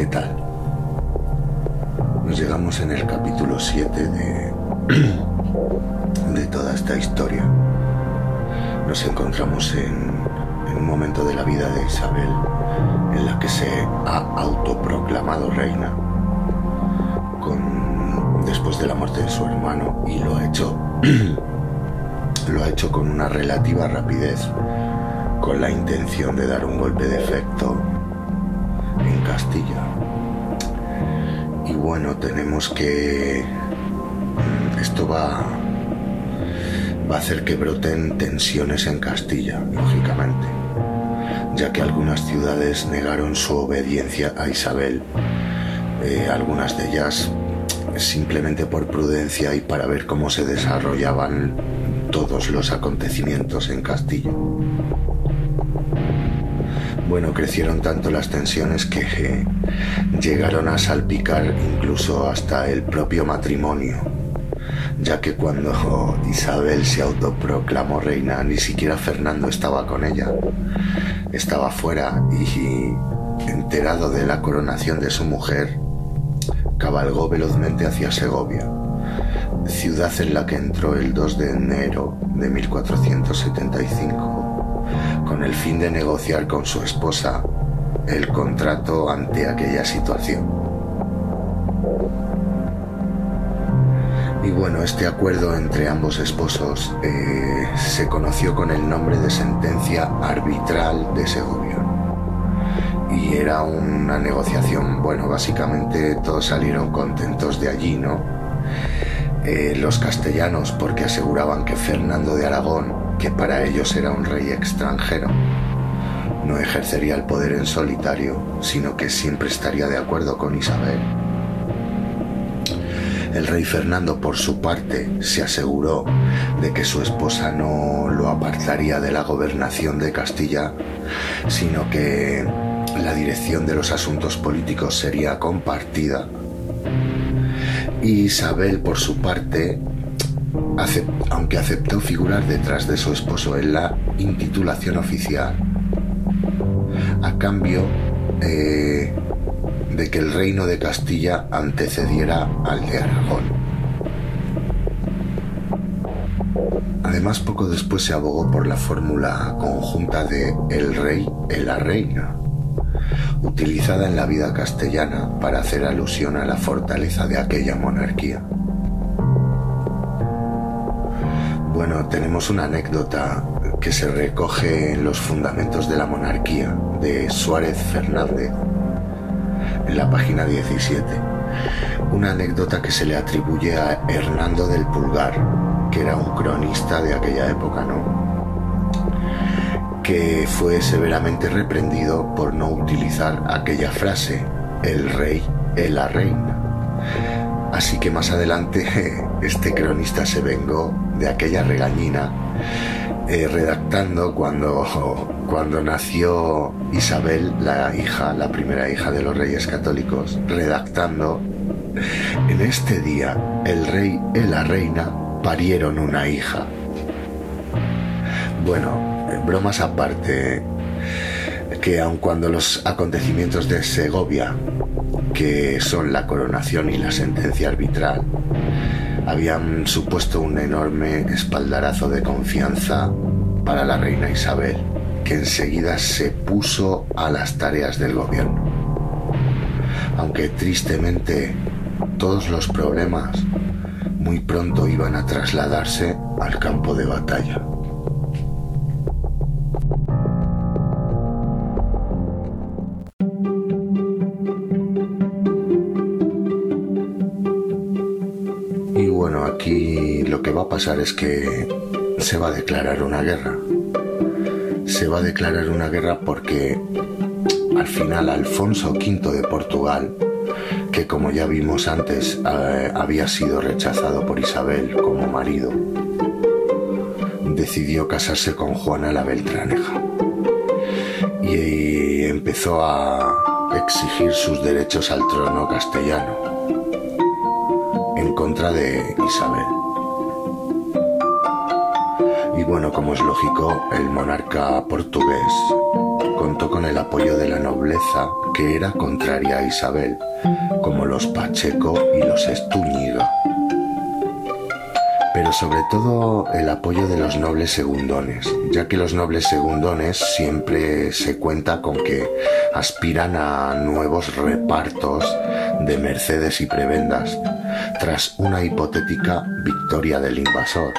¿Qué tal? Nos llegamos en el capítulo 7 de toda esta historia. Nos encontramos en un momento de la vida de Isabel en la que se ha autoproclamado reina después de la muerte de su hermano, y lo ha hecho con una relativa rapidez, con la intención de dar un golpe de efecto en Castilla. Y bueno, tenemos que... esto va a hacer que broten tensiones en Castilla, lógicamente, ya que algunas ciudades negaron su obediencia a Isabel, algunas de ellas simplemente por prudencia y para ver cómo se desarrollaban todos los acontecimientos en Castilla. Bueno, crecieron tanto las tensiones que llegaron a salpicar incluso hasta el propio matrimonio, ya que cuando Isabel se autoproclamó reina, ni siquiera Fernando estaba con ella. Estaba fuera y, enterado de la coronación de su mujer, cabalgó velozmente hacia Segovia, ciudad en la que entró el 2 de enero de 1475, con el fin de negociar con su esposa el contrato ante aquella situación. Y bueno, este acuerdo entre ambos esposos se conoció con el nombre de Sentencia Arbitral de Segovia. Y era una negociación, bueno, básicamente todos salieron contentos de allí, ¿no? Los castellanos porque aseguraban que Fernando de Aragón, que para ellos era un rey extranjero, no ejercería el poder en solitario, sino que siempre estaría de acuerdo con Isabel. El rey Fernando, por su parte, se aseguró de que su esposa no lo apartaría de la gobernación de Castilla, sino que la dirección de los asuntos políticos sería compartida. Y Isabel, por su parte, aunque aceptó figurar detrás de su esposo en la intitulación oficial, a cambio de que el reino de Castilla antecediera al de Aragón. Además, poco después se abogó por la fórmula conjunta de el rey y la reina, utilizada en la vida castellana para hacer alusión a la fortaleza de aquella monarquía. Bueno, tenemos una anécdota que se recoge en los fundamentos de la monarquía de Suárez Fernández, en la página 17. Una anécdota que se le atribuye a Hernando del Pulgar, que era un cronista de aquella época, ¿no?, que fue severamente reprendido por no utilizar aquella frase, el rey y la reina. Así que más adelante este cronista se vengó de aquella regañina, redactando cuando nació Isabel, la primera hija de los reyes católicos, redactando: en este día el rey y la reina parieron una hija. Bueno, bromas aparte, que aun cuando los acontecimientos de Segovia, que son la coronación y la sentencia arbitral, habían supuesto un enorme espaldarazo de confianza para la reina Isabel, que enseguida se puso a las tareas del gobierno. Aunque tristemente todos los problemas muy pronto iban a trasladarse al campo de batalla. Y bueno, aquí lo que va a pasar es que se va a declarar una guerra. Se va a declarar una guerra porque al final Alfonso V de Portugal, que como ya vimos antes había sido rechazado por Isabel como marido, decidió casarse con Juana la Beltraneja y empezó a exigir sus derechos al trono castellano en contra de Isabel. Y bueno, como es lógico, el monarca portugués contó con el apoyo de la nobleza que era contraria a Isabel, como los Pacheco y los Estúñiga, pero sobre todo el apoyo de los nobles segundones, ya que los nobles segundones siempre se cuenta con que aspiran a nuevos repartos de mercedes y prebendas, tras una hipotética victoria del invasor.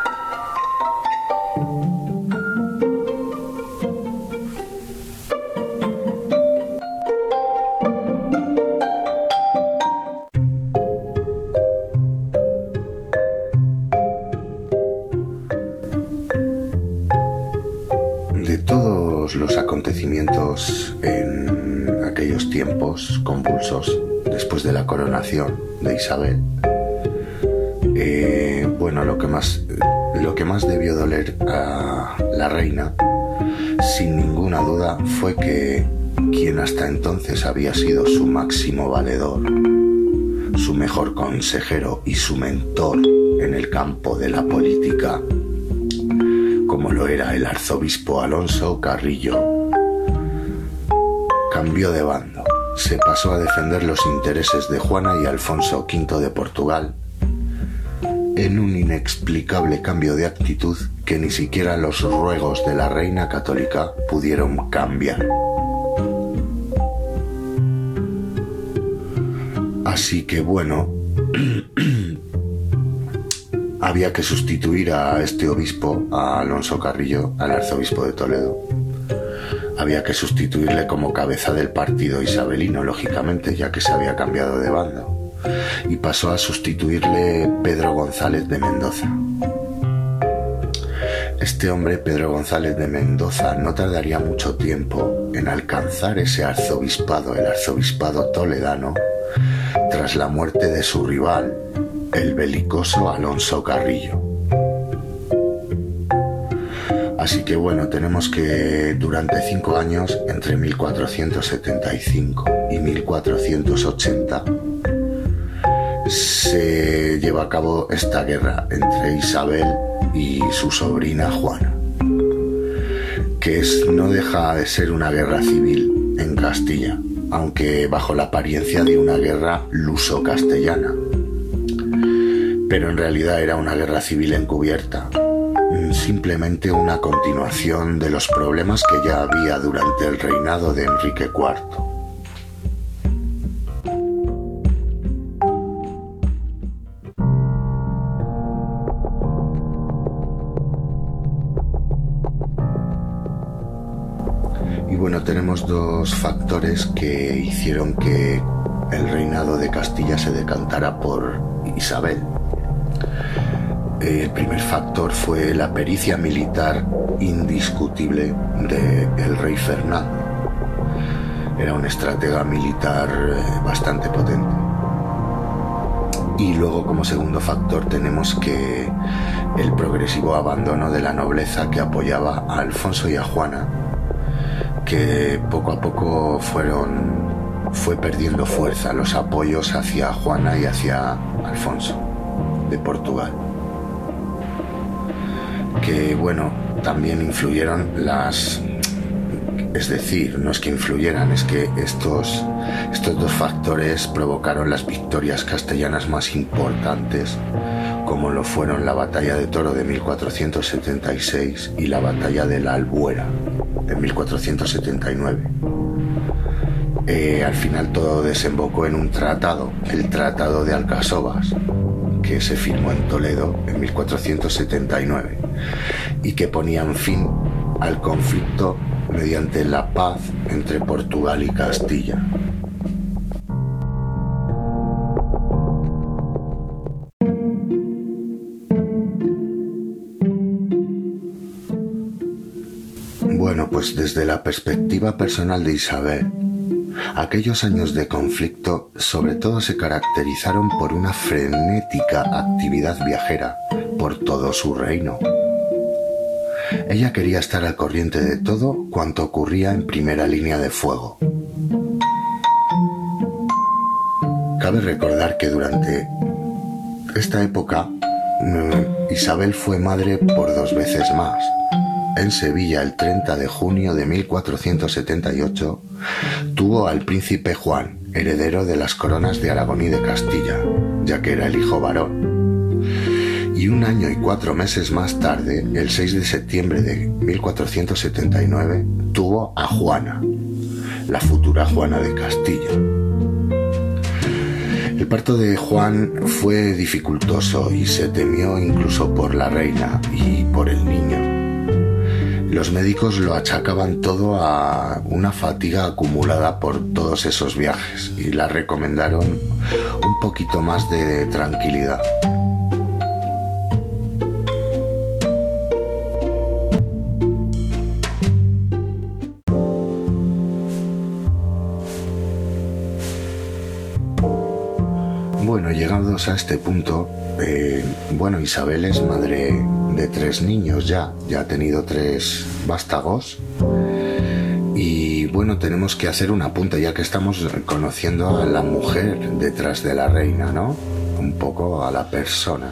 De todos los acontecimientos en aquellos tiempos convulsos, después de la coronación de Isabel, lo que más debió doler a la reina, sin ninguna duda, fue que quien hasta entonces había sido su máximo valedor, su mejor consejero y su mentor en el campo de la política, como lo era el arzobispo Alonso Carrillo, cambió de bando. Se pasó a defender los intereses de Juana y Alfonso V de Portugal, en un inexplicable cambio de actitud que ni siquiera los ruegos de la reina católica pudieron cambiar. Así que bueno, había que sustituir a este obispo, a Alonso Carrillo, al arzobispo de Toledo. Había que sustituirle como cabeza del partido isabelino, lógicamente, ya que se había cambiado de bando. Y pasó a sustituirle Pedro González de Mendoza. Este hombre, Pedro González de Mendoza, no tardaría mucho tiempo en alcanzar ese arzobispado, el arzobispado toledano, tras la muerte de su rival, el belicoso Alonso Carrillo. Así que bueno, tenemos que durante 5 años, entre 1475 y 1480, se lleva a cabo esta guerra entre Isabel y su sobrina Juana, que no deja de ser una guerra civil en Castilla, aunque bajo la apariencia de una guerra luso-castellana. Pero en realidad era una guerra civil encubierta, simplemente una continuación de los problemas que ya había durante el reinado de Enrique IV. Y bueno, tenemos dos factores que hicieron que el reinado de Castilla se decantara por Isabel. El primer factor fue la pericia militar indiscutible del rey Fernando. Era un estratega militar bastante potente. Y luego, como segundo factor, tenemos que el progresivo abandono de la nobleza que apoyaba a Alfonso y a Juana, que poco a poco fue perdiendo fuerza los apoyos hacia Juana y hacia Alfonso de Portugal. Que bueno, también influyeron es decir, no es que influyeran, es que estos dos factores provocaron las victorias castellanas más importantes, como lo fueron la batalla de Toro de 1476 y la batalla de la Albuera de 1479. Al final todo desembocó en un tratado, el Tratado de Alcasovas, que se firmó en Toledo en 1479 y que ponían fin al conflicto mediante la paz entre Portugal y Castilla. Bueno, pues desde la perspectiva personal de Isabel, aquellos años de conflicto sobre todo se caracterizaron por una frenética actividad viajera por todo su reino. Ella quería estar al corriente de todo cuanto ocurría en primera línea de fuego. Cabe recordar que durante esta época Isabel fue madre por 2 veces más, en Sevilla el 30 de junio de 1478, tuvo al príncipe Juan, heredero de las coronas de Aragón y de Castilla, ya que era el hijo varón. Y 1 año y 4 meses más tarde, el 6 de septiembre de 1479, tuvo a Juana, la futura Juana de Castilla. El parto de Juan fue dificultoso y se temió incluso por la reina y por el niño. Los médicos lo achacaban todo a una fatiga acumulada por todos esos viajes y le recomendaron un poquito más de tranquilidad. Bueno, llegados a este punto, Isabel es madre de 3 niños ya ha tenido 3 vástagos. Y bueno, tenemos que hacer un apunte, ya que estamos conociendo a la mujer detrás de la reina, ¿no? Un poco a la persona.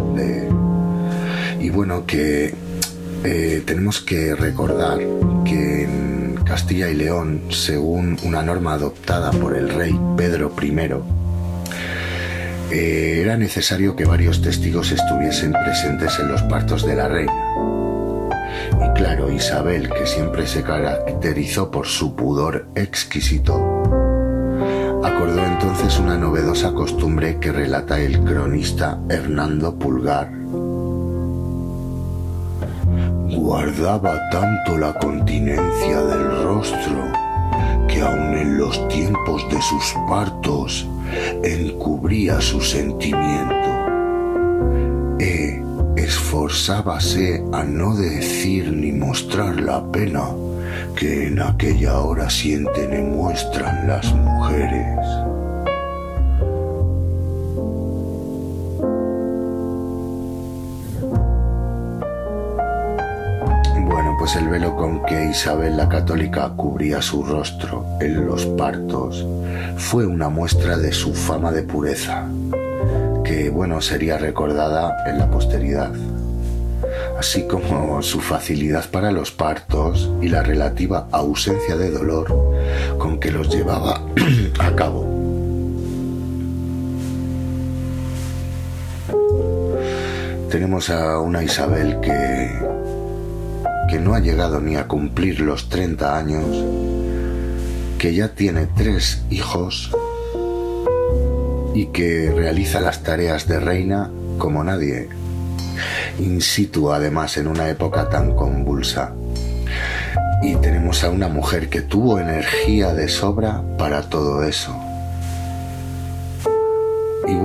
Y bueno, que tenemos que recordar que en Castilla y León, según una norma adoptada por el rey Pedro I, era necesario que varios testigos estuviesen presentes en los partos de la reina. Y claro, Isabel, que siempre se caracterizó por su pudor exquisito, acordó entonces una novedosa costumbre que relata el cronista Hernando Pulgar. Guardaba tanto la continencia del rostro que aun en los tiempos de sus partos encubría su sentimiento, esforzábase a no decir ni mostrar la pena que en aquella hora sienten y muestran las mujeres. Bueno, pues el velo con que Isabel la Católica cubría su rostro en los partos fue una muestra de su fama de pureza, que sería recordada en la posteridad, así como su facilidad para los partos y la relativa ausencia de dolor con que los llevaba a cabo. Tenemos a una Isabel que no ha llegado ni a cumplir los 30 años, que ya tiene 3 hijos y que realiza las tareas de reina como nadie, in situ además en una época tan convulsa. Y tenemos a una mujer que tuvo energía de sobra para todo eso. Y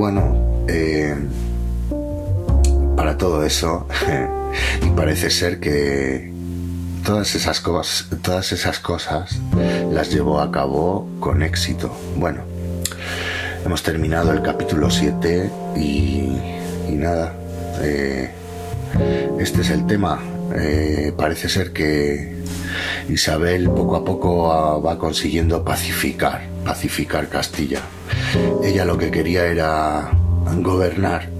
para todo eso, y parece ser que todas esas cosas las llevó a cabo con éxito. Bueno, hemos terminado el capítulo 7 y nada, este es el tema. Parece ser que Isabel poco a poco va consiguiendo pacificar Castilla. Ella lo que quería era gobernar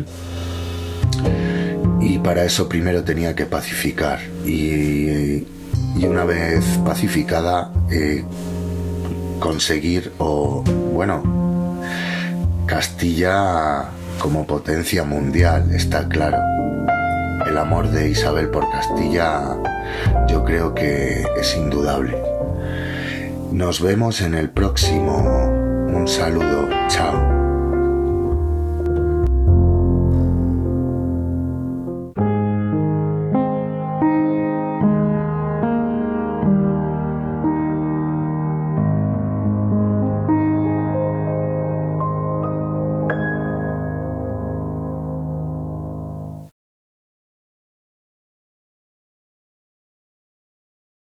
y para eso primero tenía que pacificar y una vez pacificada conseguir Castilla como potencia mundial, está claro. El amor de Isabel por Castilla yo creo que es indudable. Nos vemos en el próximo. Un saludo, chao.